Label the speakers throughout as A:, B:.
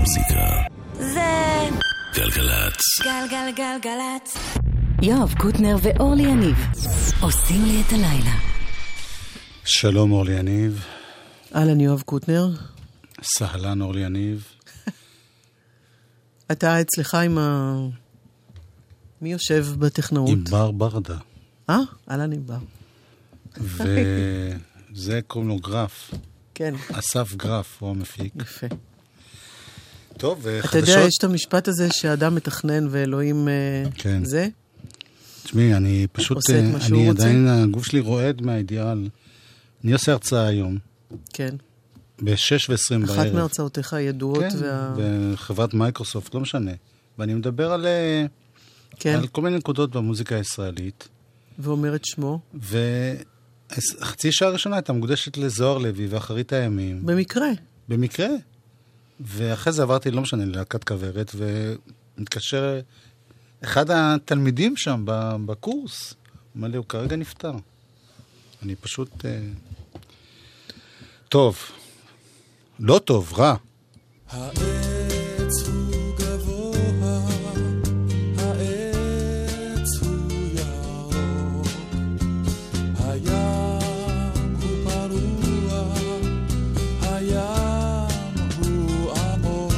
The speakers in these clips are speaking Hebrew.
A: המוזיקה
B: זה
A: גלגלצ.
B: גלגלגלגלצ. יואב קוטנר ואורלי יניב עושים לי את הלילה.
C: שלום אורלי יניב.
D: אהלן יואב קוטנר.
C: סהלן אורלי יניב.
D: אתה אצלך עם מי יושב בטכנאות?
C: עם בר ברדה.
D: אהלן עם בר.
C: וזה קוראים לו גרף.
D: כן.
C: אסף גרף, הוא המפיק.
D: יפה.
C: טוב, וחדשות...
D: אתה יודע, יש את המשפט הזה שאדם מתכנן ואלוהים
C: כן.
D: זה?
C: תשמעי, אני פשוט...
D: עושה את מה שהוא
C: אני
D: רוצה?
C: עדיין, הגוף שלי רועד מהאידיאל. אני עושה הרצאה היום.
D: כן.
C: ב-6:20 בערב.
D: אחת מהרצאותיך הידועות
C: כן, בחברת מייקרוסופט, לא משנה. ואני מדבר על,
D: כן.
C: על כל מיני נקודות במוזיקה הישראלית.
D: ואומר את שמו.
C: וחצי שעה ראשונה הייתה מוקדשת לזוהר לוי ואחרית הימים.
D: במקרה.
C: במקרה. ואחרי זה עברתי, לא משנה, ללהקת כוורת, ומתקשר אחד התלמידים שם בקורס. הוא אומר לי, הוא כרגע נפטר. אני פשוט... טוב. לא טוב, רע.
E: העץ הוא גבוה, העץ הוא ירוק, הים הוא פרוע, הים הוא עמוק.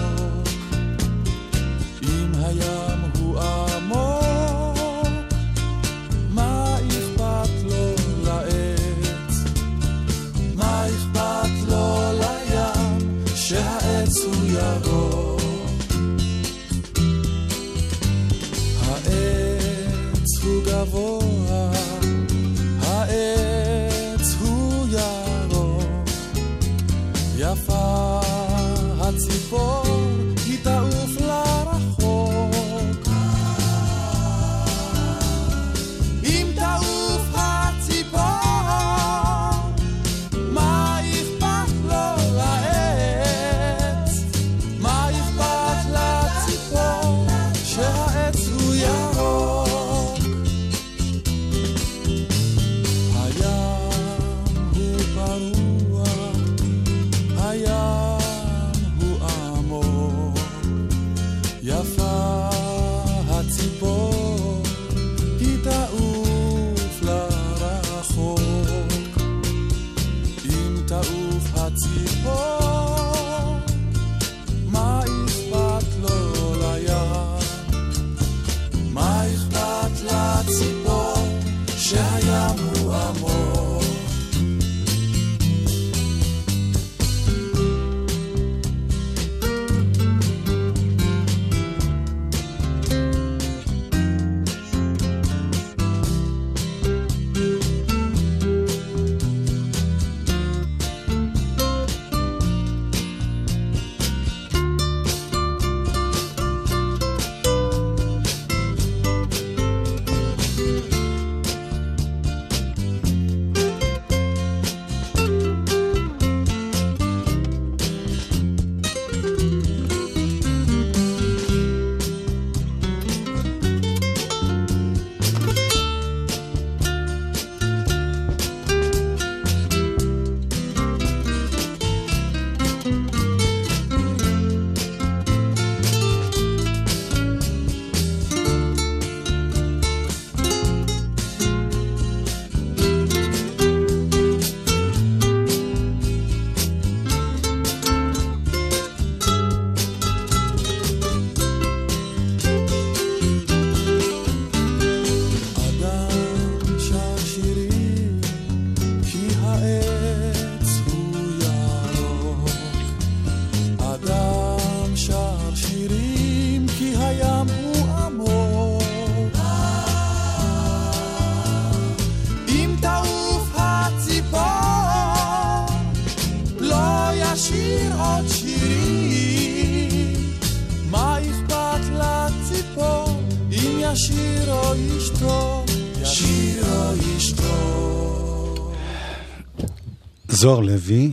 E: אם הים הוא עמוק, מה אכפת לו לעץ? מה אכפת לו לים שהעץ הוא ירוק? העץ הוא גבוה, העץ הוא ירוק, יפה הציפור היא תעוף לרחוק. אם תעוף הציפור, מה אכפת לו לעץ? מה אכפת לציפור שהעץ הוא ירוק? הים הוא פרוע, הים הוא עמוק, יפה הציפור היא תעוף לרחוק. אם תעוף הציפור, מה אכפת לו לים? מה אכפת לציפור שהים הוא עמוק?
C: זוהר לוי,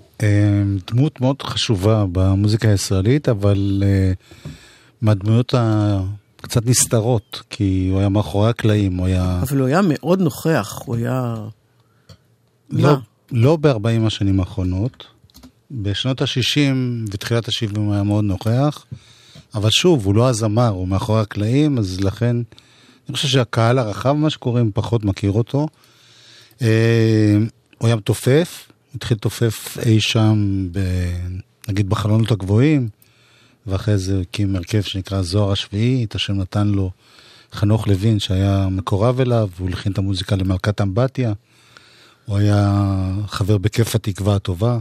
C: דמות מאוד חשובה במוזיקה הישראלית, אבל מהדמויות קצת נסתרות, כי הוא היה מאחורי הקלעים, הוא היה...
D: אבל הוא היה מאוד נוכח, הוא היה...
C: לא ב-40 השנים האחרונות, בשנות ה-60 ותחילת ה-70 הוא היה מאוד נוכח, אבל שוב, הוא לא הזמר, הוא מאחורי הקלעים, אז לכן, אני חושב שהקהל הרחב, מה שקוראים, פחות מכיר אותו. הוא היה מתופף, התחיל תופף אי שם, נגיד בחלונות הגבוהים, ואחרי זה הקים מרכב שנקרא זוהר השביעי, את השם נתן לו חנוך לוין, שהיה מקורב אליו, והוא לכין את המוזיקה למלכת אמבטיה, הוא היה חבר בכיף התקווה הטובה,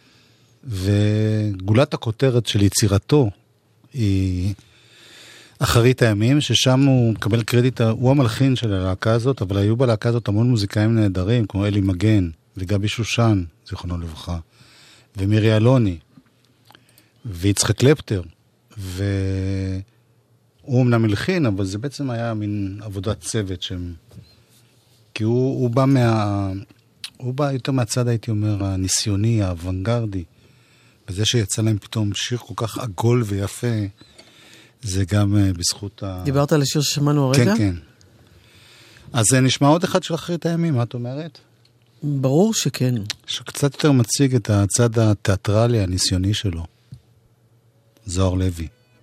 C: וגולת הכותרת של יצירתו היא אחרית הימים, ששם הוא מקבל קרדיט, הוא המלחין של הלהקה הזאת, אבל היו בלהקה הזאת המון מוזיקאים נהדרים, כמו אלי מגן וגבי שושן, זיכרונו לברכה, ומירי אלוני, ויצחק קלפטר, והוא אמנם מלחין, אבל זה בעצם היה מין עבודת צוות שהם, כי הוא בא יותר מהצד, הייתי אומר, הניסיוני, האוונגרדי, וזה שיצא להם פתאום שיר כל כך עגול ויפה, זה גם בזכות
D: דיברת על השיר ששמענו הרגע?
C: כן, כן. אז זה נשמע עוד אחד של אחרית הימים, מה את אומרת?
D: ברור שכן.
C: שקצת יותר מציג את הצד התיאטרלי, הניסיוני שלו. זוהר לוי.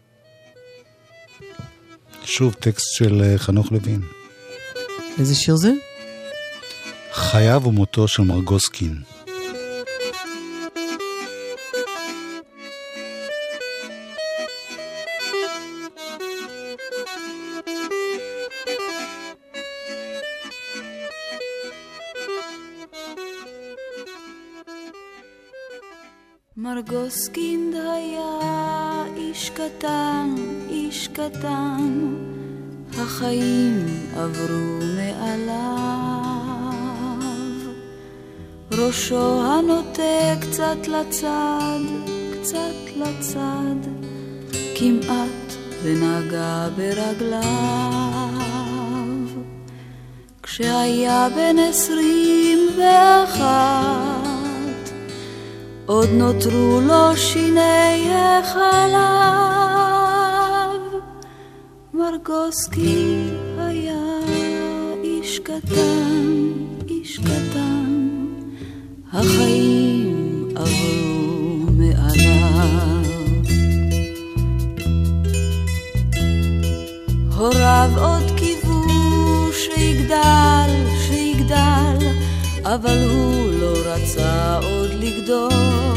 C: שוב, טקסט של חנוך לוין.
D: איזה שיר זה?
C: חייו ומותו של מרגוסקין.
A: מרגוסקין היה איש קטן, איש קטן, החיים עברו מעליו, ראשו הנוטה קצת לצד, קצת לצד, כמעט ונגע ברגליו, כשהיה בן 21 עוד נותרו לו שיני החלב. מרגוסקי היה איש קטן, איש קטן, החיים עברו מעליו. הוריו עוד קיוו שיגדל, שיגדל, אבל הוא לא רצה עוד לגדול,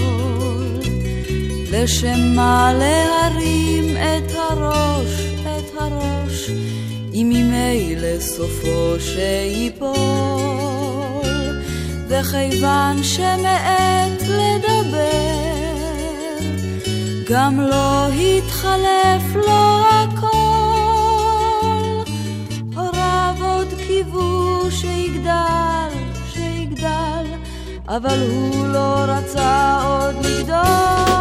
A: לשם מה להרים את הראש, את הראש, אם ממילא סופו שיפול. וכיוון שמעת לדבר, גם לא התחלף לו הכל. הוריו עוד קיוו שיגדל, שיגדל, אבל הוא לא רצה עוד לגדול.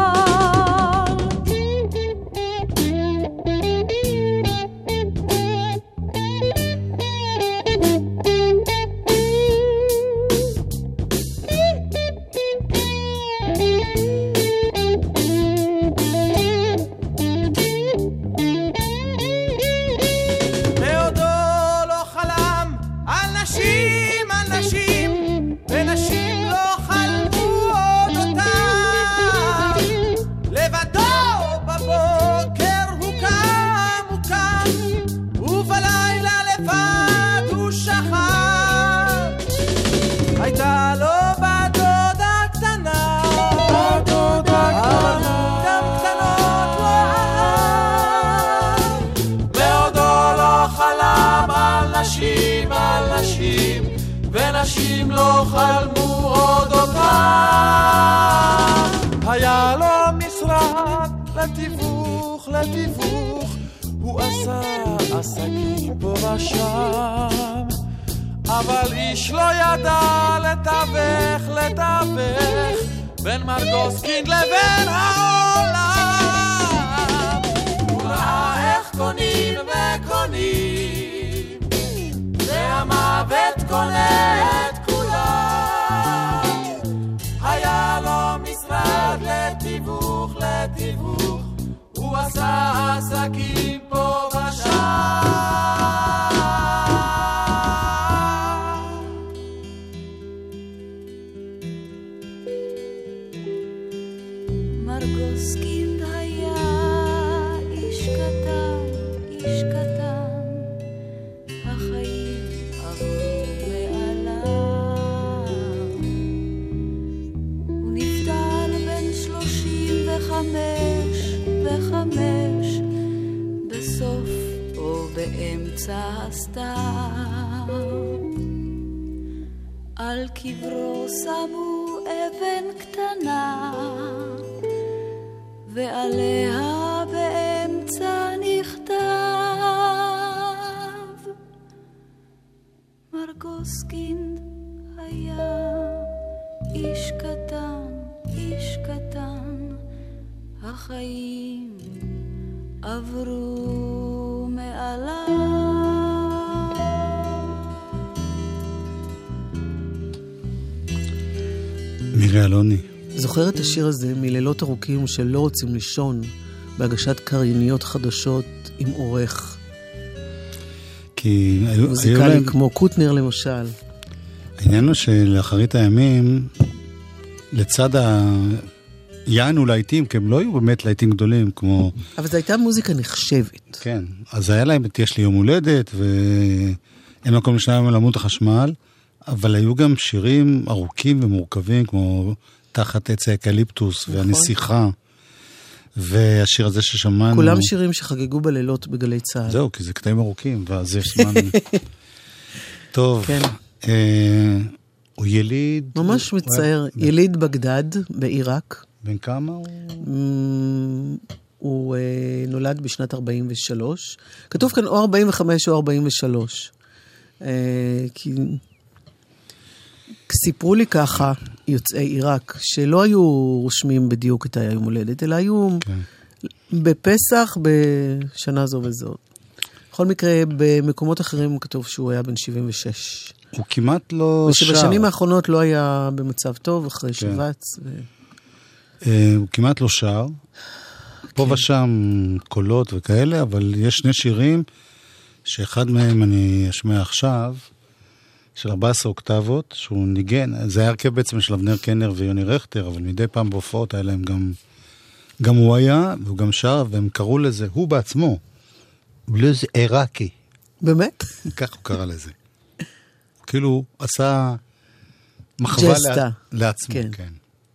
E: ונשים לא חלמו עוד אותם. היה לו משרד לתיווך, לתיווך, הוא עשה עסקים פה ושם, אבל איש לא ידע לתווך, לתווך בין מרגוסקין לבין העולם. הוא ראה איך קונים וקונים, והמוות קונה את כולם. היה לו משרד לתיווך, לתיווך, הוא עשה עסקים פה ושם.
A: וחמש, בסוף או באמצע הסתיו. על קברו שמו אבן קטנה, ועליה באמצע נכתב מרגוסקין היה איש קטן, איש קטן, החיים עברו מעליו.
C: מירי אלוני.
D: זוכר את השיר הזה מלילות ארוכים שלא רוצים לישון, בהגשת קרייניות חדשות עם עורך.
C: כי
D: מוזיקלי כמו קוטנר למשל.
C: העניין הוא שלאחרית הימים, לצד יענו להיטים, כי הם לא היו באמת להיטים גדולים, כמו...
D: אבל זו הייתה מוזיקה נחשבת.
C: כן, אז היה להם, יש לי יום הולדת, ואין מקום לשניים למות החשמל, אבל היו גם שירים ארוכים ומורכבים, כמו תחת עץ האקליפטוס, והנסיכה, והשיר הזה ששמענו...
D: כולם שירים שחגגו בלילות בגלי צהל.
C: זהו, כי זה קטעים ארוכים, ואז יש זמן... טוב,
D: כן.
C: הוא יליד...
D: ממש מצער, יליד בגדד בעיראק.
C: בן כמה הוא?
D: הוא נולד בשנת 43. כתוב כאן או 45 או 43. כי סיפרו לי ככה יוצאי עיראק, שלא היו רושמים בדיוק את היום הולדת, אלא היו בפסח בשנה זו וזו. בכל מקרה, במקומות אחרים כתוב שהוא היה בן 76.
C: הוא כמעט לא שר.
D: ושבשנים האחרונות לא היה במצב טוב, אחרי שבץ.
C: הוא כמעט לא שר. פה ושם קולות וכאלה, אבל יש שני שירים, שאחד מהם אני אשמע עכשיו, של 14 אוקטבות, שהוא ניגן. זה היה הרכב בעצם של אבנר קנר ויוני רכטר, אבל מדי פעם בהופעות היה להם גם הוא היה, והוא גם שר, והם קראו לזה, הוא בעצמו, בלוז עיראקי.
D: באמת?
C: כך הוא קרא לזה. כאילו הוא עשה מחווה לעצמו. כן. כן.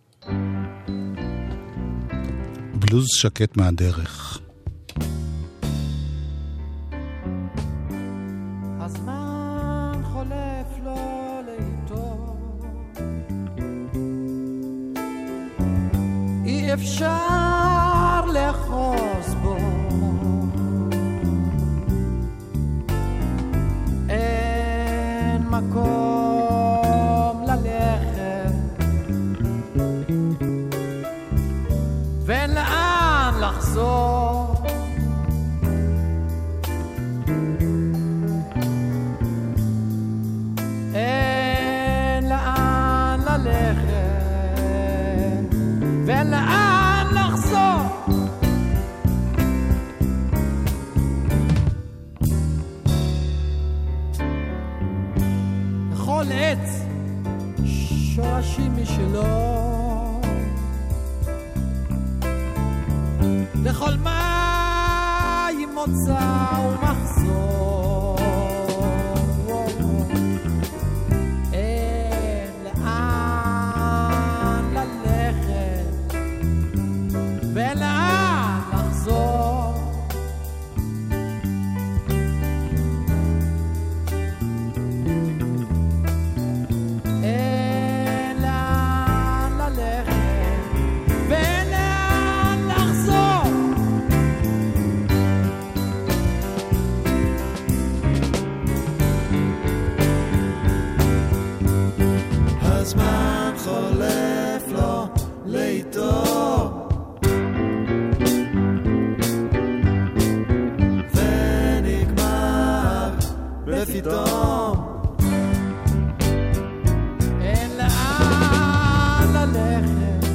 C: בלוז שקט מהדרך.
E: הזמן חולף לו לאיתו, אי אפשר לחוז בו, אין מקום ללכת ואין לאן לחזור, אין לאן ללכת ואין לאן לחזור. לכל עץ שורשים משלו, לכל מים מוצא ומחזור, אין לאן ללכת ואין לאן לחזור. אין לאן ללכת ואין לאן לחזור.
F: הזמן חולף לו לאיתו, ונגמר בפתאום,
E: אין לאן ללכת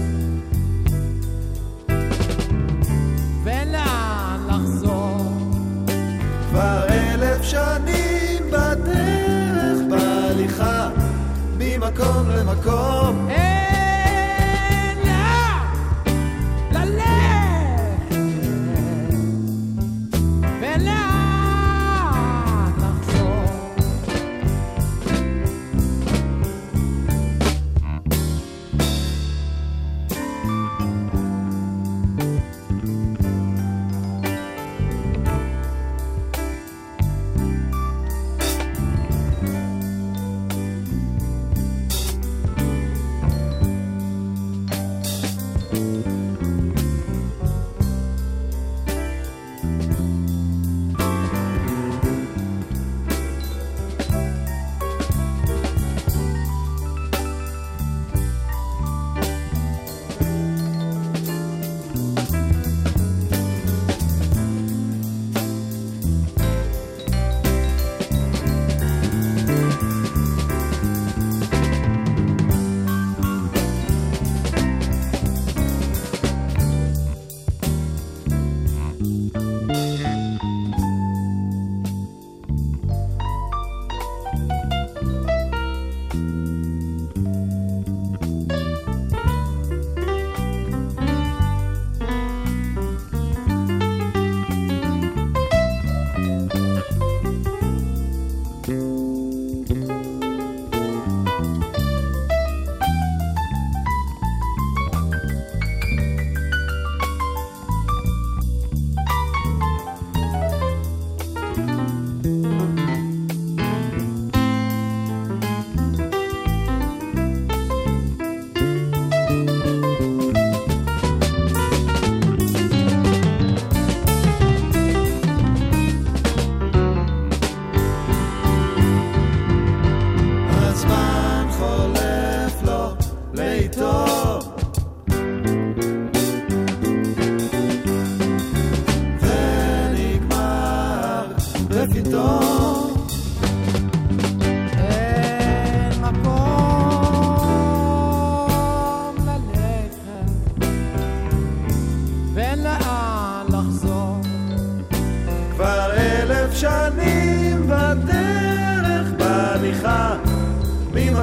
E: ואין לאן לחזור.
F: כבר 1000 שנים בדרך בהליכה ממקום למקום,
E: אין לאן ללכת ואין לאן לחזור.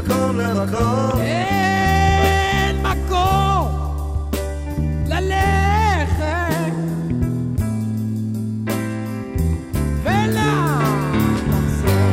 F: ממקום למקום.
E: אין מקום ללכת ולאן לחזור.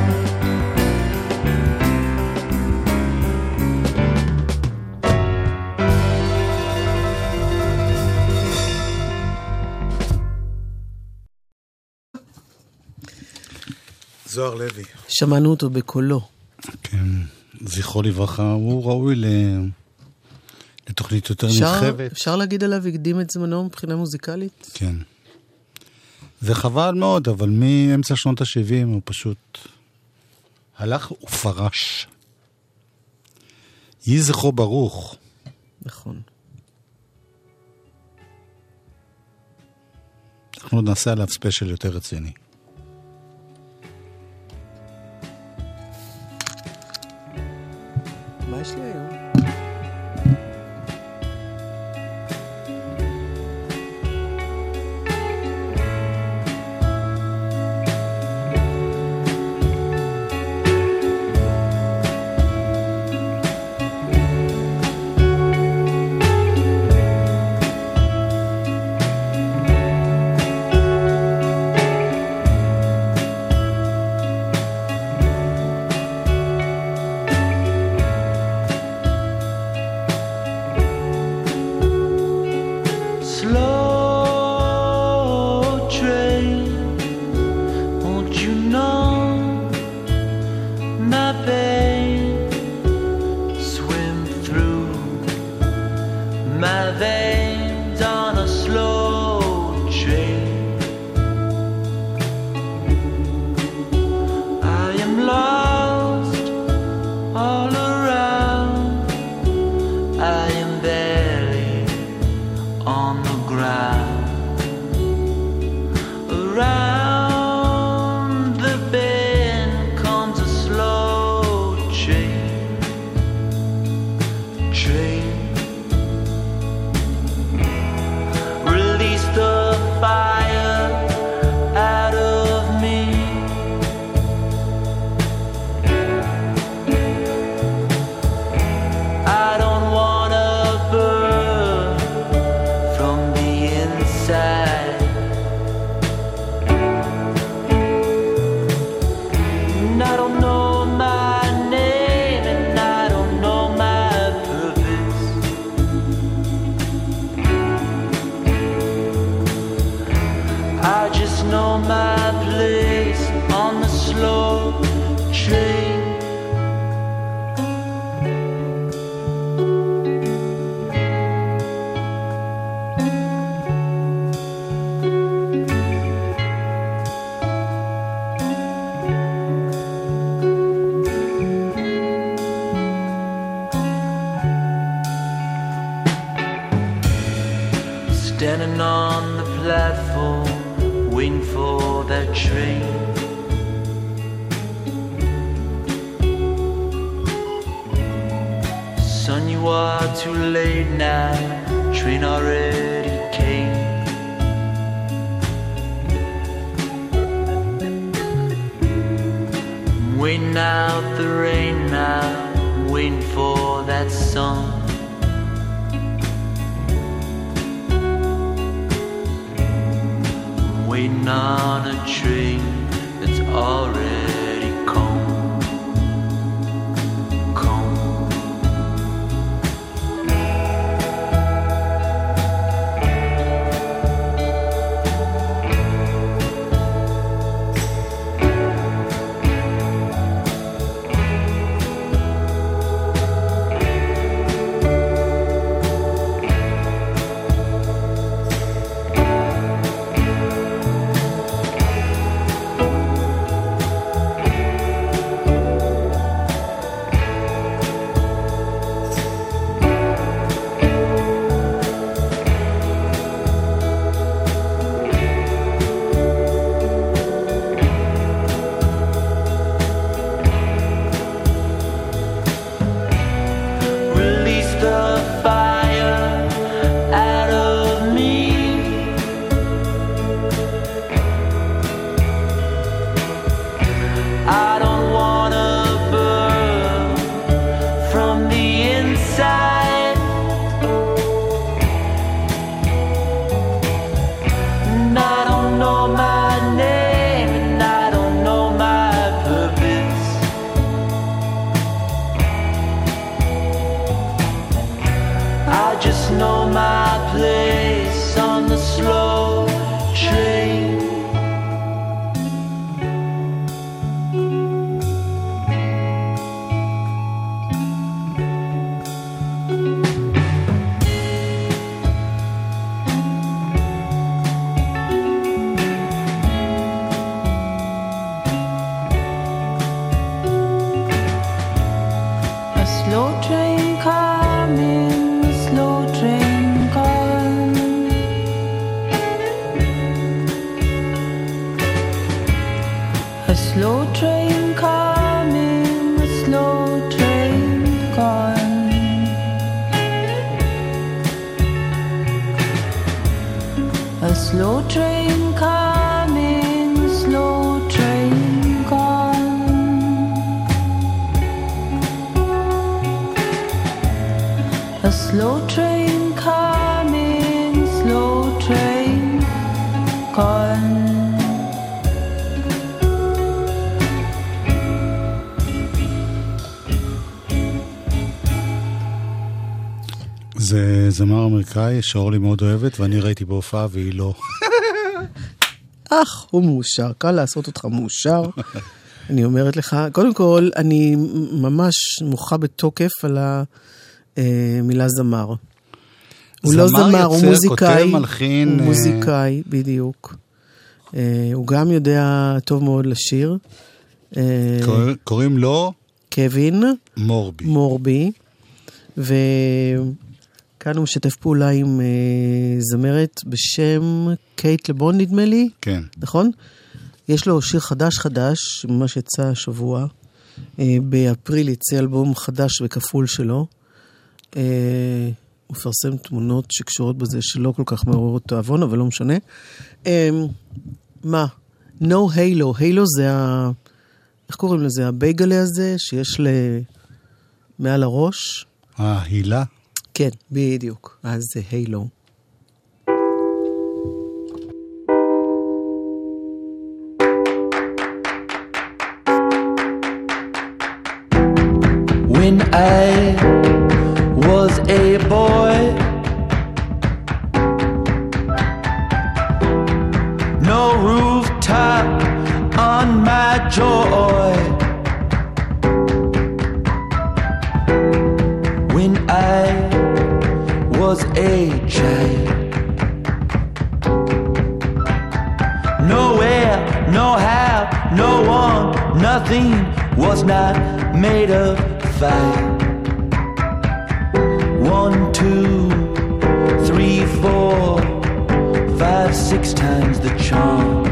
C: זוהר לוי.
D: שמענו אותו בקולו.
C: כן, זכרו לברכה, הוא ראוי לתוכנית יותר נרחבת.
D: אפשר להגיד עליו, הקדים את זמנו מבחינה מוזיקלית?
C: כן. זה חבל מאוד, אבל מאמצע שנות ה-70 הוא פשוט הלך ופרש. יהי זכרו ברוך.
D: נכון.
C: אנחנו עוד נעשה עליו ספיישל יותר רציני.
D: מה יש לי היום?
G: Standing on the platform, waiting for that train. Son, you are too late now, train already came. I'm waiting out the rain now, waiting for that sun. Waiting on a train that's already come.
A: A slow train coming, slow train gone. A slow train coming, slow train gone.
C: זה זמר אמריקאי שאורלי מאוד אוהבת, ואני ראיתי בהופעה והיא לא.
D: הוא מאושר, קל לעשות אותך מאושר. אני אומרת לך, קודם כל, אני ממש מוחה בתוקף על המילה זמר. הוא לא זמר, הוא מוזיקאי. הוא מוזיקאי, בדיוק. הוא גם יודע טוב מאוד לשיר.
C: קוראים לו?
D: קווין.
C: מורבי.
D: כאן הוא משתף פעולה עם זמרת בשם קייט לבון, נדמה לי.
C: כן.
D: נכון? יש לו שיר חדש, ממש יצא השבוע. באפריל יצא אלבום חדש וכפול שלו. הוא פרסם תמונות שקשורות בזה שלא כל כך מעוררות תאבון, אבל לא משנה. מה? No Halo. Halo זה איך קוראים לזה? הבייגלה הזה שיש מעל הראש.
C: הילה?
D: כן, בדיוק. אז זה הילו.
G: When I was a boy, no rooftop on my joy. When I was a child, nowhere, no how, no one, nothing was not made of fire. 1, 2, 3, 4, 5, 6 times the charm.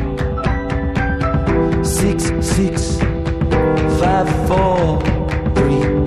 G: 6, 6, 5, 4, 3.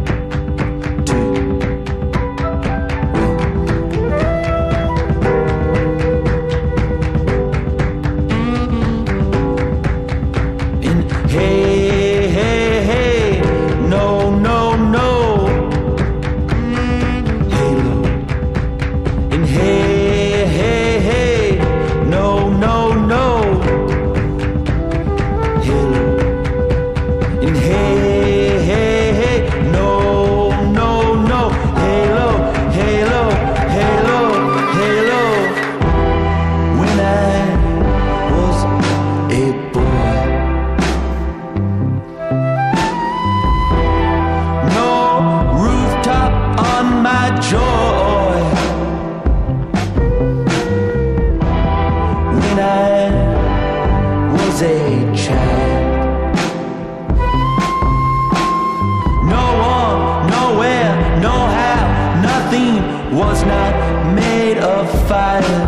G: Was not made of fire.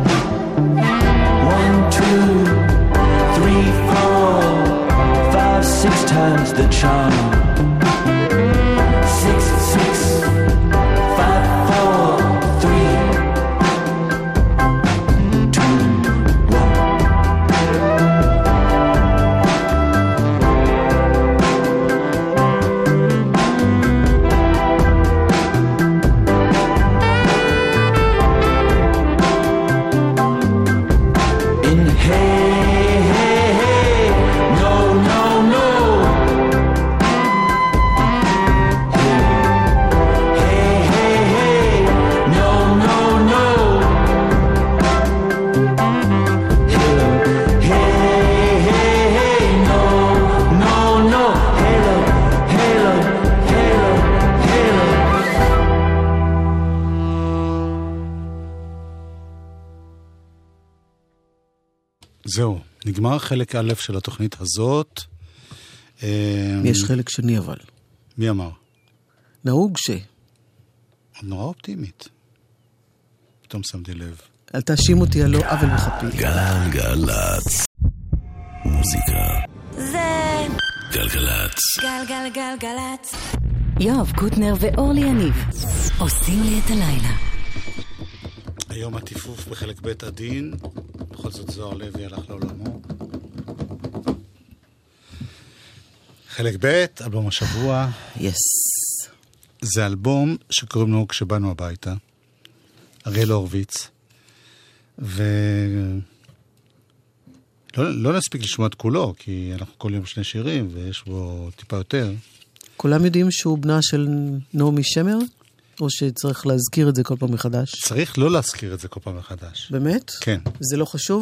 G: 1, 2, 3, 4, 5, 6 times the charm. 6, 6, 5, 4, 3, 2,
C: זהו, נגמר חלק א' של התוכנית הזאת.
D: יש חלק שני אבל.
C: מי אמר?
D: נהוג ש...
C: נורא אופטימית. פתאום שמתי לב.
D: אל תאשים אותי על לא עוול מחפי.
H: גלגלצ. מוזיקה.
A: זה
H: גלגלצ.
A: גלגלגלגלצ.
B: יואב קוטנר ואורלי יניב עושים לי את הלילה.
C: היום הטיפוף בחלק ב' עדין, בכל זאת זוהר לוי הלך לעולמו. חלק ב', אלבום השבוע.
D: יס.
C: זה אלבום שקוראים לו כשבאנו הביתה. אריאל הורוביץ. לא נספיק לשמוע את כולו, כי אנחנו כל יום 2 שירים, ויש בו טיפה יותר.
D: כולם יודעים שהוא בנה של נעמי שמר? או שצריך להזכיר את זה כל פעם מחדש?
C: צריך לא להזכיר את זה כל פעם מחדש.
D: באמת?
C: כן.
D: זה לא חשוב?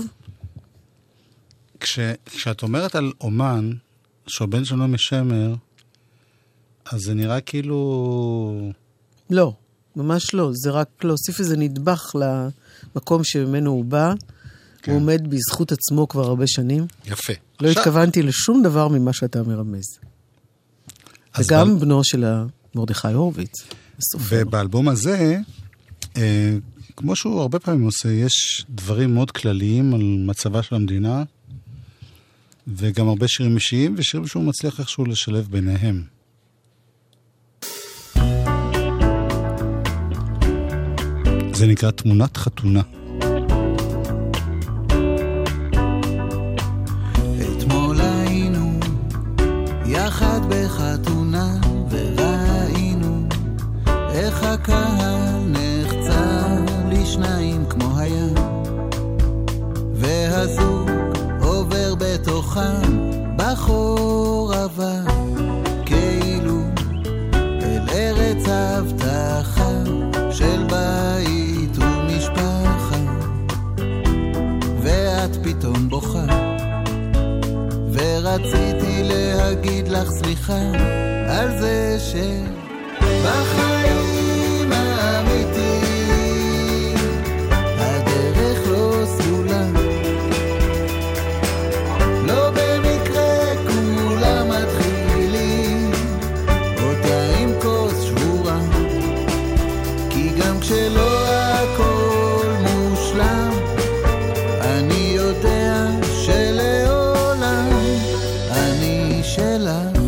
C: כשאת אומרת על אומן, שהוא בן של נעמי שמר, אז זה נראה כאילו...
D: לא, ממש לא. זה רק להוסיף איזה נדבך למקום שממנו הוא בא.
C: כן.
D: הוא עומד בזכות עצמו כבר הרבה שנים.
C: יפה.
D: לא התכוונתי לשום דבר ממה שאתה מרמז. וגם בנו של מרדכי הורוביץ.
C: ובאלבום הזה, כמו שהוא הרבה פעמים עושה, יש דברים מאוד כלליים על מצבה של המדינה, וגם הרבה שירים אישיים, ושירים שהוא מצליח איכשהו לשלב ביניהם. זה נקרא תמונת חתונה.
F: אתמול היינו יחד בחתונה וראינו איך הקהל נחצה לשניים כמו היה, והזוג עובר בתוכם בחורבה כאילו אל ארץ הבטחה של בית ומשפחה, ואת פתאום בוכה ורציתי להגיד לך סליחה על זה שבחיים האמיתיים הדרך לא סלולה, לא במקרה כולם מתחילים אותה עם כוס שבורה, כי גם כשלא הכל מושלם אני יודע שלעולם אני שלך.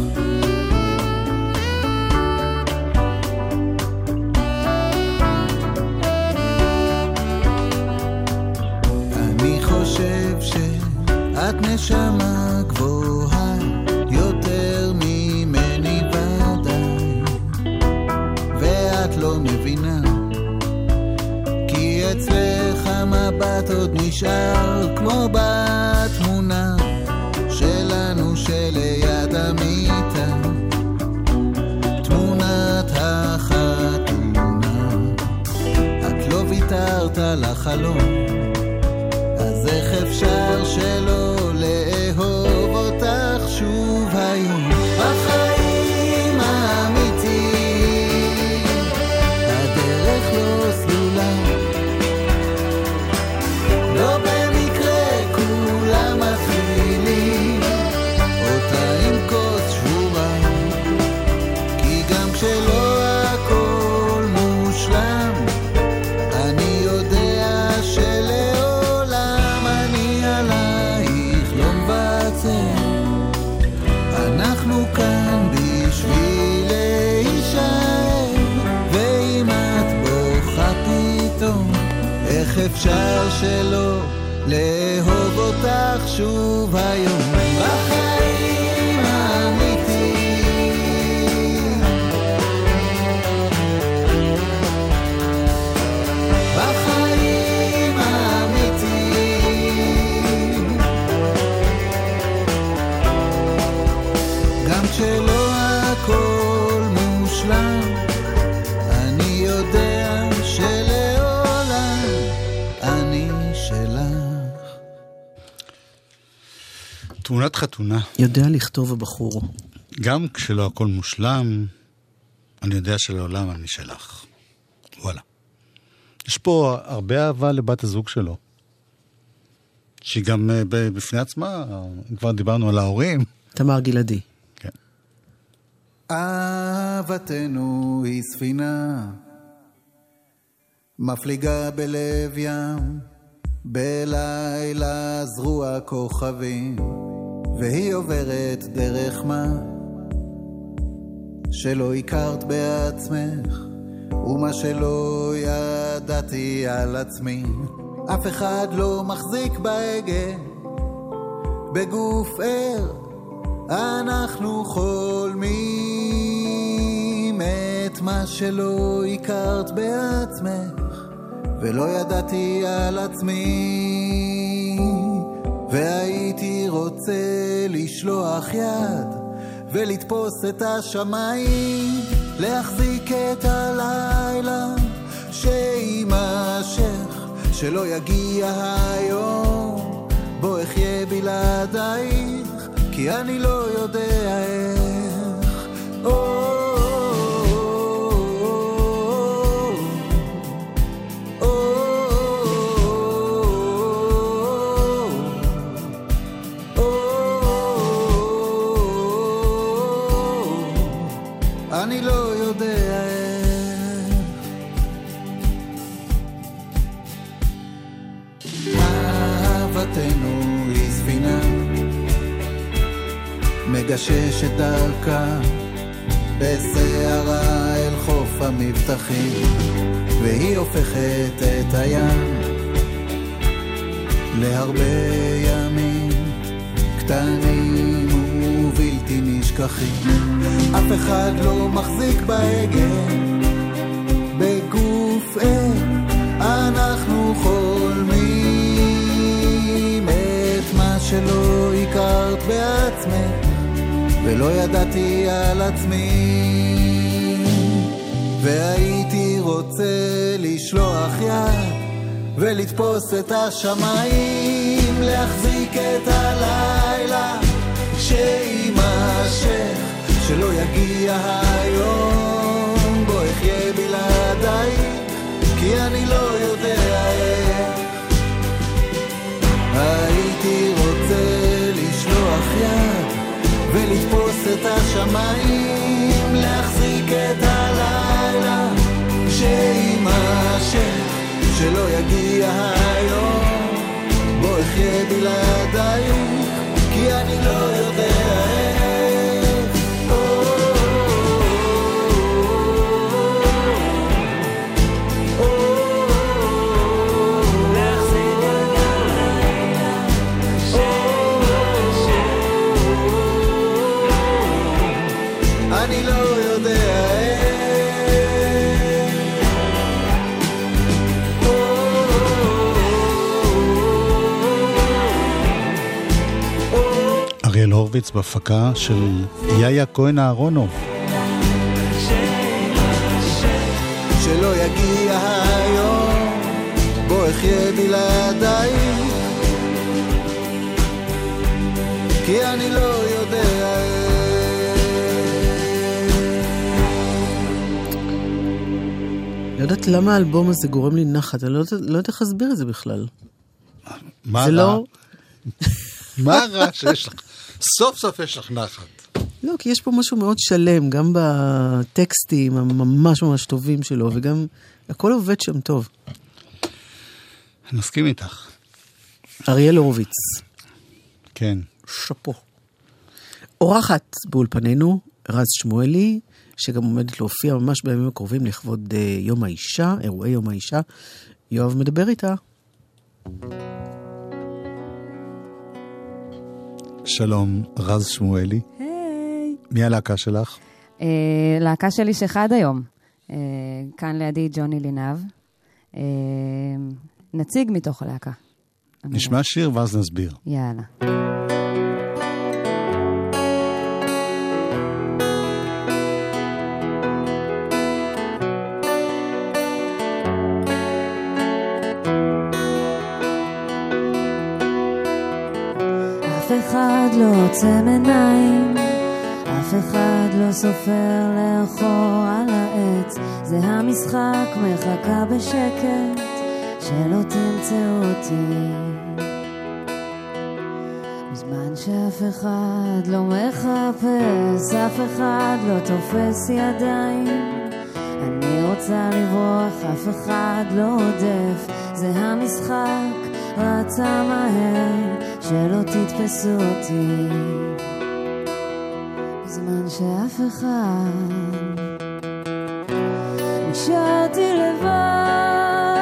F: אני חושב שאת נשמה גבוהה יותר ממני ודאי, ואת לא מבינה כי אצלך המבט עוד נשאר כמו בתמונה שלנו שליד המיטה, תמונת החתונה. את לא ויתרת לחלום, אז איך אפשר שלא לאהוב אותך שוב היום? בחיים האמיתיים הדרך לא סלולה, לא במקרה כולם מתחילים אותה עם כוס שבורה, כי גם כשלא הכל מושלם אני יודע שלעולם אני עלייך לא מבצע, אנחנו כאן בשביל להישאר, ואם את בוכה פתאום איך אפשר שלא לאהוב אותך שוב היום? בחיים האמיתיים, בחיים האמיתיים, גם כשלא הכל מושלם אני יודע שלעולם אני שלך.
C: תמונת חתונה.
D: יודע לכתוב הבחור.
C: גם כשלא הכל מושלם, אני יודע שלעולם אני שלך. וואלה. יש פה הרבה אהבה לבת הזוג שלו. שהיא גם בפני עצמה, כבר דיברנו על ההורים.
D: תמר גלעדי.
C: כן.
F: אהבתנו היא ספינה מפליגה בלב ים, בלילה זרוע כוכבים, והיא עוברת דרך מה שלא הכרת בעצמך, ומה שלא ידעת ידעתי על עצמי, אף אחד לא מחזיק בהגה. בגוף ער אנחנו חולמים את מה שלא הכרת בעצמך, ולא ידעתי על עצמי. והייתי רוצה לשלוח יד ולתפוס את השמיים, להחזיק את הלילה שימשך, שלא יגיע היום בו אחיה בלעדייך, כי אני לא יודע איך. אני לא יודע איך. אהבתנו היא ספינה מגששת דרכה בסערה אל חוף המבטחים, והיא הופכת את הים להרבה ימים קטנים ובלתי נשכחים. אף אחד לא מחזיק בהגה. בגוף ער אנחנו חולמים את מה שלא הכרת בעצמך, ולא ידעתי על עצמי. והייתי רוצה לשלוח יד ולתפוס את השמיים, להחזיק את הלילה שימשך, שלא יגיע היום בו אחיה בלעדייך, כי אני לא יודע איך. הייתי רוצה לשלוח יד ולתפוס את השמיים, להחזיק את הלילה שימשך, שלא יגיע היום בו אחיה בלעדייך, כי אני לא יודע איך. אני לא יודע
C: אריאל הורוביץ בהפקה של יאיה כהן אהרונוב.
F: שלא יגיע היום בו אחיה בלעדייך, כי אני לא יודע.
D: לא יודעת למה האלבום הזה גורם לי נחת, אני לא יודעת איך להסביר את זה בכלל.
C: מה
D: זה
C: רע?
D: לא...
C: מה רע שיש לך? סוף סוף יש לך נחת.
D: לא, כי יש פה משהו מאוד שלם, גם בטקסטים הממש ממש טובים שלו, וגם הכל עובד שם טוב.
C: אני מסכים איתך.
D: אריאל הורוביץ.
C: כן.
D: שפו. אורחת באולפנינו, רז שמואלי, שגם עומדת להופיע ממש בימים הקרובים לכבוד יום האישה, אירועי יום האישה. יואב מדבר איתה.
C: שלום, רז שמואלי.
I: היי.
C: מי הלהקה שלך?
I: להקה שלי שחד היום. כאן לידי ג'וני לינב. נציג מתוך הלהקה.
C: נשמע שיר ואז נסביר.
I: יאללה.
A: אף אחד לא עוצם עיניים, אף אחד לא סופר לאחור על העץ, זה המשחק מחכה בשקט שלא תמצאו אותי, בזמן שאף אחד לא מחפש, אף אחד לא תופס ידיים, אני רוצה לברוח, אף אחד לא עודף, זה המשחק רצה מהר שלא תתפסו אותי, בזמן שאף אחד נשארתי לבד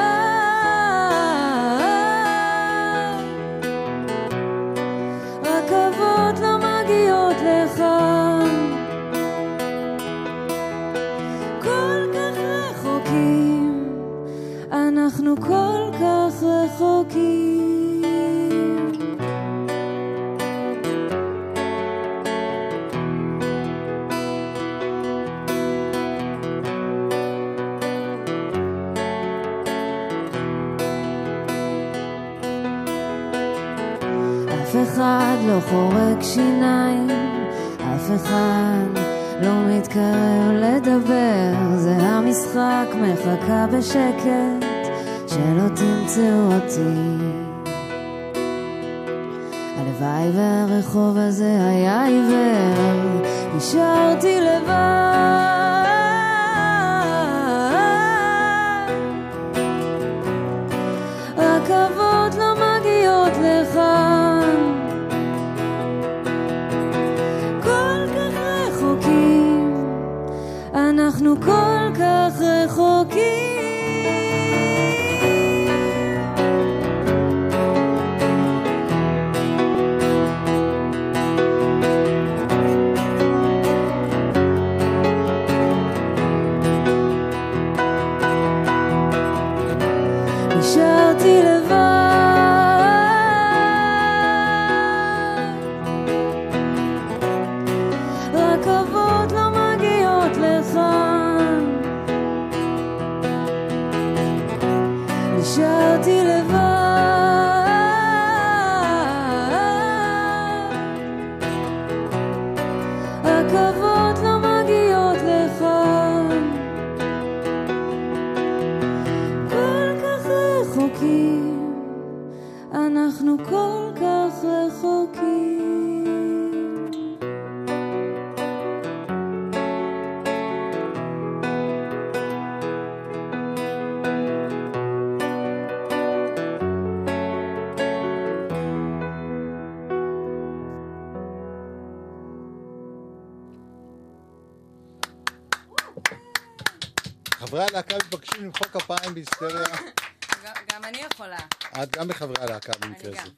A: אף אחד לא חורק שיניים, אף אחד לא מתקרב לדבר, זה המשחק, מחכה בשקט שלא תמצאו אותי. הלוואי והרחוב הזה היה עיוור, נשארתי לבד. רכבות לא מגיעות לכאן, כל כך רחוקים, אנחנו כל כך רחוקים. נשארתי לבד, רכבות לא מגיעות לכאן, נשארתי לבד, רכבות לא מגיעות לכאן, רחוקים, אנחנו כל כך רחוקים.
C: חברי הלהקה מתבקשים למחוא כפיים בהיסטריה.
I: גם אני יכולה.
C: את גם בחברי הלהקה במקרה הזה.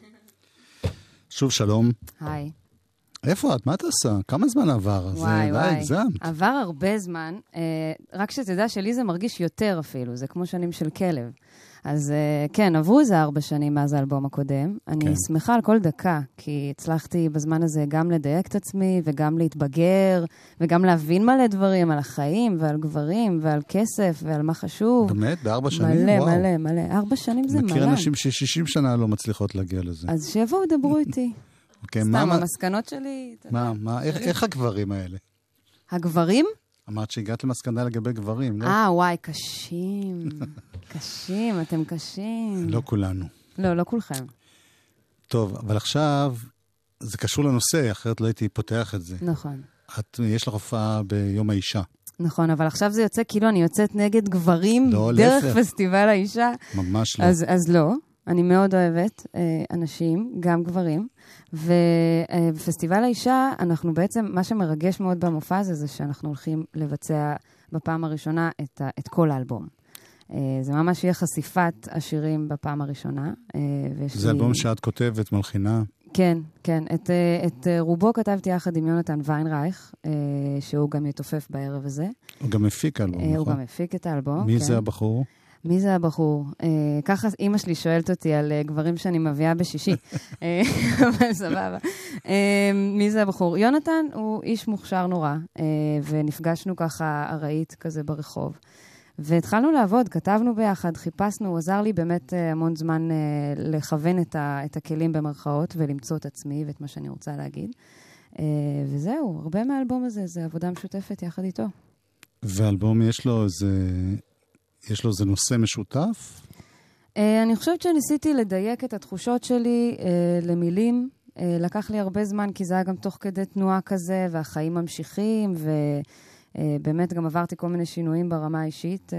C: שוב שלום.
I: היי.
C: איפה את? מה את עושה? כמה זמן עבר?
I: וואי, וואי.
C: הגזמת.
I: עבר הרבה זמן, רק שתדע שלי זה מרגיש יותר אפילו, זה כמו שנים של כלב. אז כן, עברו איזה 4 שנים מאז האלבום הקודם. אני שמחה על כל דקה, כי הצלחתי בזמן הזה גם לדייק את עצמי, וגם להתבגר, וגם להבין מלא דברים על החיים, ועל גברים, ועל כסף, ועל מה חשוב.
C: באמת? ב4 שנים?
I: מלא,
C: וואו.
I: מלא, מלא. 4 שנים זה מלא.
C: מכיר אנשים ש60 שנה לא מצליחות להגיע לזה.
I: אז שיבואו דברו איתי.
C: אוקיי,
I: סתם, המסקנות שלי...
C: איך הגברים האלה?
I: הגברים?
C: אמרת שהגעת למסקנה לגבי גברים, לא?
I: וואי, קשים. קשים, אתם קשים.
C: לא כולנו.
I: לא כולכם.
C: טוב, אבל עכשיו זה קשור לנושא, אחרת לא הייתי פותח את זה.
I: נכון.
C: יש לך הופעה ביום האישה.
I: נכון, אבל עכשיו זה יוצא כאילו אני יוצאת נגד גברים
C: לא,
I: דרך
C: לפך.
I: פסטיבל האישה.
C: ממש לא.
I: אז לא. אני מאוד אוהבת אנשים, גם גברים, ובפסטיבל האישה אנחנו בעצם, מה שמרגש מאוד במופע הזה, זה שאנחנו הולכים לבצע בפעם הראשונה את כל האלבום. זה ממש יהיה חשיפת השירים בפעם הראשונה.
C: זה אלבום שאת כותבת, מלחינה.
I: כן, כן. את רובו כתבתי יחד עם יונתן ויינרייך, שהוא גם יתופף בערב הזה.
C: הוא גם מפיק האלבום, נכון?
I: הוא גם מפיק את האלבום.
C: מי זה הבחור?
I: מי זה הבחור? ככה אמא שלי שואלת אותי על גברים שאני מביאה בשישי. אבל סבבה. מי זה הבחור? יונתן הוא איש מוכשר נורא, ונפגשנו ככה ארעית כזה ברחוב. והתחלנו לעבוד, כתבנו ביחד, חיפשנו, הוא עזר לי באמת המון זמן לכוון את הכלים במרכאות, ולמצוא את עצמי ואת מה שאני רוצה להגיד. וזהו, הרבה מהאלבום הזה, זה עבודה משותפת יחד איתו.
C: והאלבום יש לו איזה נושא משותף?
I: אני חושבת שניסיתי לדייק את התחושות שלי למילים. לקח לי הרבה זמן, כי זה היה גם תוך כדי תנועה כזה, והחיים ממשיכים, ובאמת גם עברתי כל מיני שינויים ברמה האישית.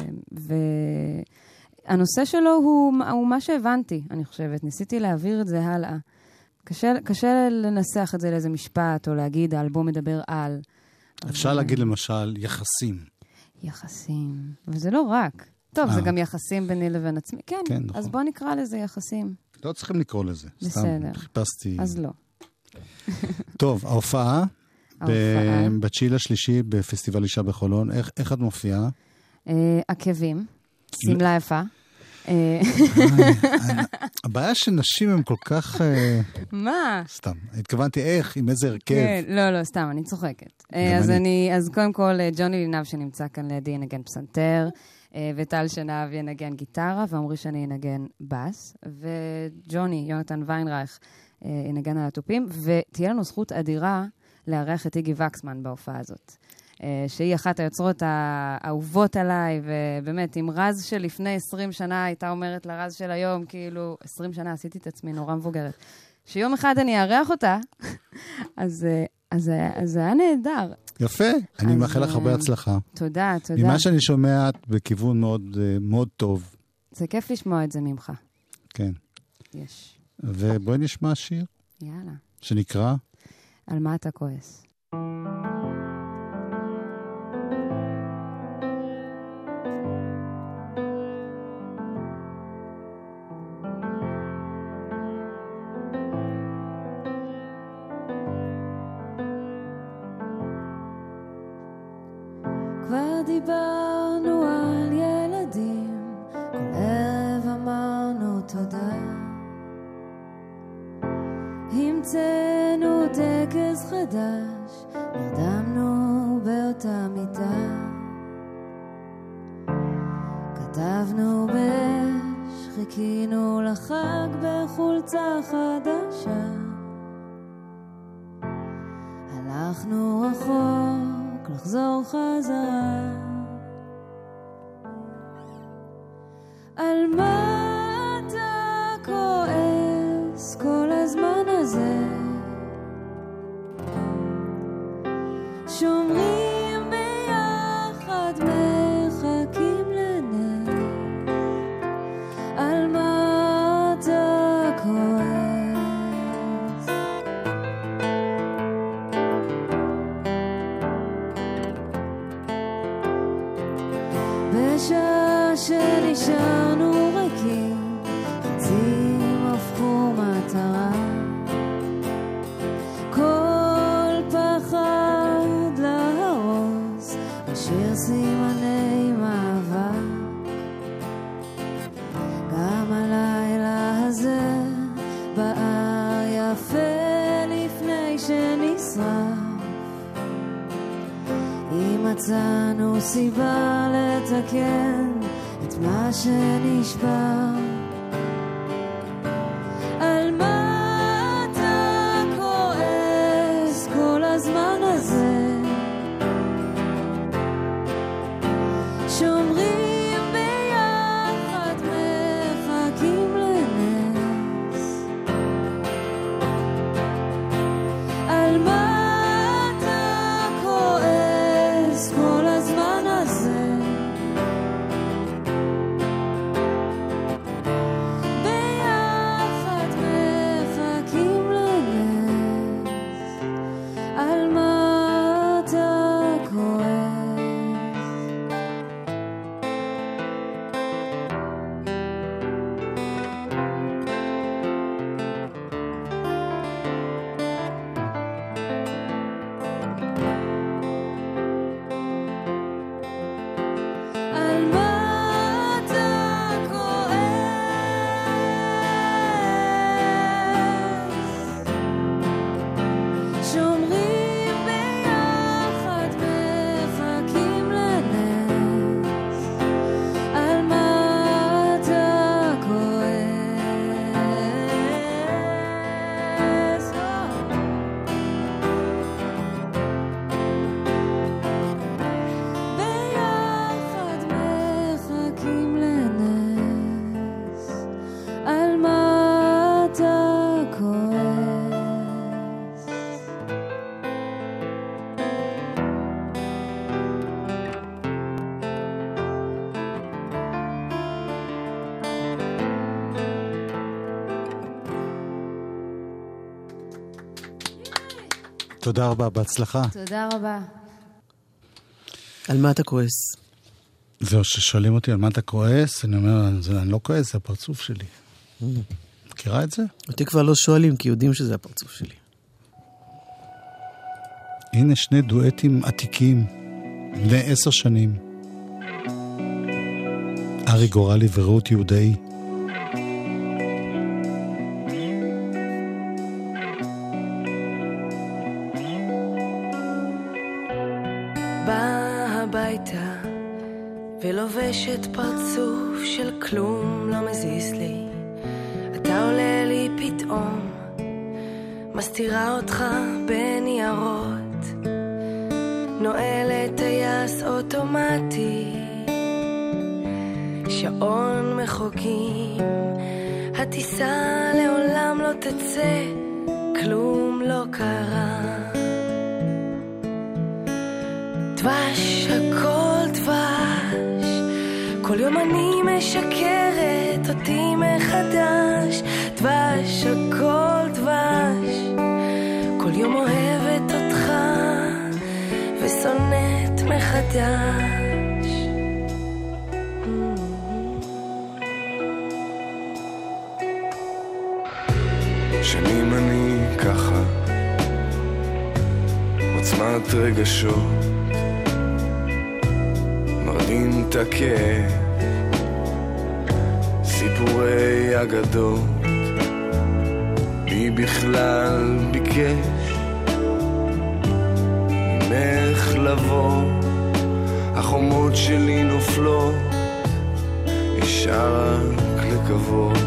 I: והנושא שלו הוא מה שהבנתי, אני חושבת. ניסיתי להעביר את זה הלאה. קשה לנסח את זה לאיזה משפט, או להגיד, האלבום מדבר על.
C: אפשר להגיד למשל יחסים.
I: יחסים. וזה לא רק. טוב, זה גם יחסים ביני לבין עצמי. כן, נכון. אז בוא נקרא לזה יחסים.
C: לא צריכים לקרוא לזה.
I: בסדר.
C: סתם חיפשתי.
I: אז לא.
C: טוב, ההופעה ב9.3 בפסטיבל אישה בחולון. איך את מופיעה?
I: עקבים. שמלה יפה.
C: הבעיה שנשים הם כל כך...
I: מה?
C: סתם. התכוונתי איך, עם איזה הרכב.
I: לא, סתם, אני צוחקת. אז קודם כל, ג'וני לינב שנמצא כאן לידי ינגן פסנתר, וטל שנב ינגן גיטרה, ואומרי שאני ינגן בס, וג'וני, יונתן ויינרייך, ינגן על התופים, ותהיה לנו זכות אדירה לארח את איגי וקסמן בהופעה הזאת. שהיא אחת היוצרות האהובות עליי, ובאמת, עם רז של לפני 20 שנה הייתה אומרת לרז של היום, כאילו, 20 שנה עשיתי את עצמי נורא מבוגרת. שיום אחד אני אארח אותה, אז זה היה נהדר.
C: יפה, אני מאחל לך הרבה הצלחה.
I: תודה, תודה.
C: ממה שאני שומע, את בכיוון מאוד, מאוד טוב.
I: זה כיף לשמוע את זה ממך.
C: כן.
I: יש.
C: ובואי נשמע שיר.
I: יאללה.
C: שנקרא?
I: על מה אתה כועס?
A: כבר דיברנו על ילדים, כל ערב אמרנו תודה. המצאנו טקס חדש, נרדמנו באותה מיטה. כתבנו בש, חיכינו לחג בחולצה חדשה. הלכנו רחוק לחזור חזרה. על מה אתה כועס כל הזמן הזה? שומרים ביחד מחכים לנס. על מה אתה כועס? בשעה שנשארנו ריקים, חצים הפכו מטרה. כל פחד להרוס, משאיר סימני מאבק. גם הלילה הזה בער יפה לפני שנשרף. אם מצאנו סיבה לתקן את מה שנשבר. על מה אתה כועס כל הזמן הזה? שומרים ביחד מחכים לנס. על מה אתה כועס כל הזמן הזה? ביחד מחכים לנס. על מה אתה כועס? על מה אתה כועס? שומרים ביחד מחכים לנס. על מה אתה כועס? ביחד מחכים לנס. על מה אתה כועס?
C: תודה רבה, בהצלחה.
I: תודה רבה.
D: על מה אתה כועס?
C: זהו, ששואלים אותי על מה אתה כועס, אני אומר, אני לא כועס, זה הפרצוף שלי. מכירה את זה?
D: אותי כבר לא שואלים, כי יודעים שזה הפרצוף שלי.
C: הנה שני דואטים עתיקים, בני 10 שנים. ארי גורלי ורות יהודאי.
J: באה הביתה ולובשת פרצוף של כלום לא מזיז לי. אתה עולה לי פתאום מסתירה אותך בניירות, נועלת טייס אוטומטי, שעון מחוקים, הטיסה לעולם לא תצא, כלום לא קרה. דבש, הכל דבש, כל יום אני משקרת אותי מחדש. דבש, הכל דבש, כל יום אוהבת אותך ושונאת מחדש.
K: שנים אני ככה, עוצמת רגשות, מרדים את הכאב, סיפורי אגדות, מי בכלל ביקש ממך לבוא, החומות שלי נופלות, נשאר רק לקוות.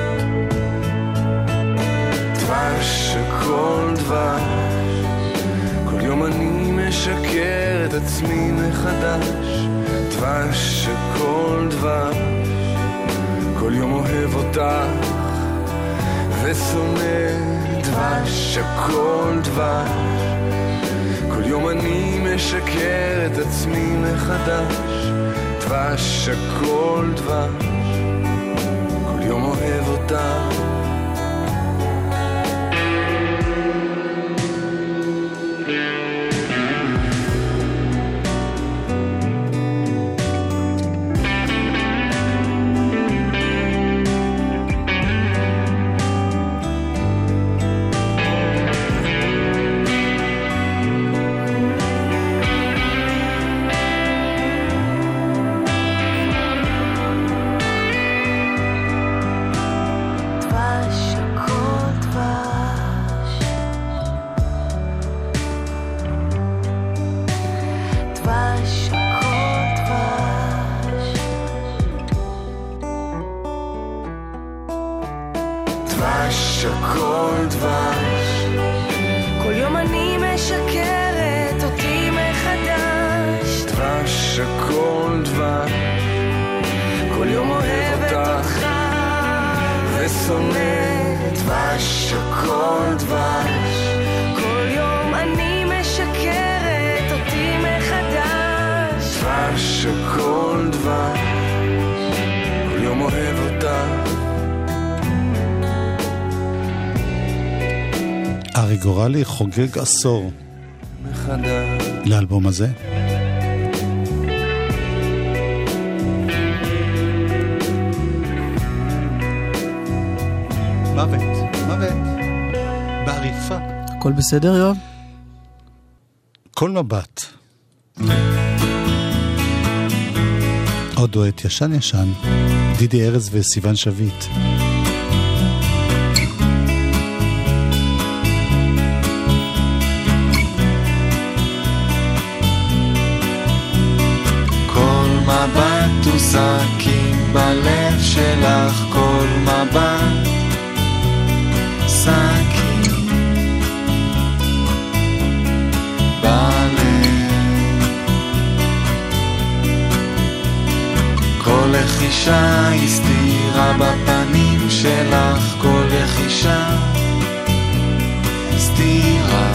K: דבש, הכל דבש, כל יום אני משקר את עצמי מחדש. דבש, הכל דבש, כל יום אוהב אותך ושונא. דבש, הכל דבש, כל יום אני משקר את עצמי מחדש. דבש, הכל דבש, כל יום אוהב אותך.
C: ארי גורלי חוגג עשור לאלבום הזה. מוות בעריפה.
D: הכל בסדר, יואב?
C: כל מבט. עוד דואט ישן, דידי ארז וסיוון שביט.
F: מבט הוא סכין בלב שלך, כל מבט סכין בלב, כל לחישה הסתירה בפנים שלך, כל לחישה הסתירה.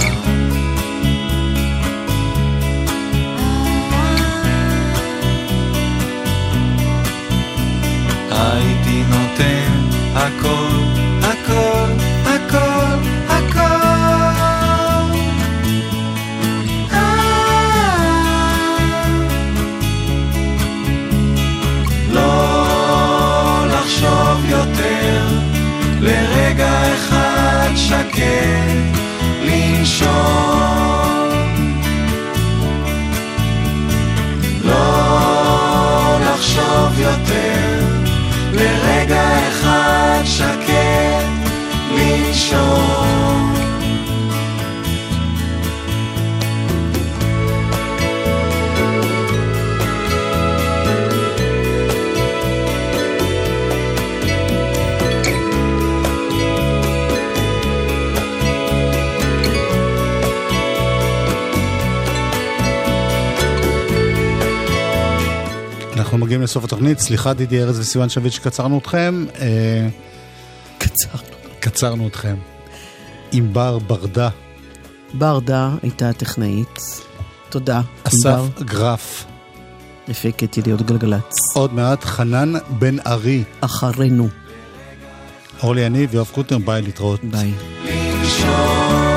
F: הייתי נותן הכל, הכל, הכל, הכל. לא לחשוב יותר, לרגע אחד שקט לנשום. לא לחשוב יותר, לרגע אחד שקט לנשום.
C: מגיעים לסוף התוכנית. סליחה דידי ארז וסיוון שביט שקצרנו אתכם. קצרנו אתכם. עם ברדה.
D: ברדה הייתה טכנאית. תודה.
C: אסף גרף.
D: הפקת ידיעות גלגלץ.
C: עוד מעט חנן בן ארי.
D: אחרינו.
C: אורלי יניב ויואב קוטנר, ביי, להתראות.
D: ביי.
K: לישון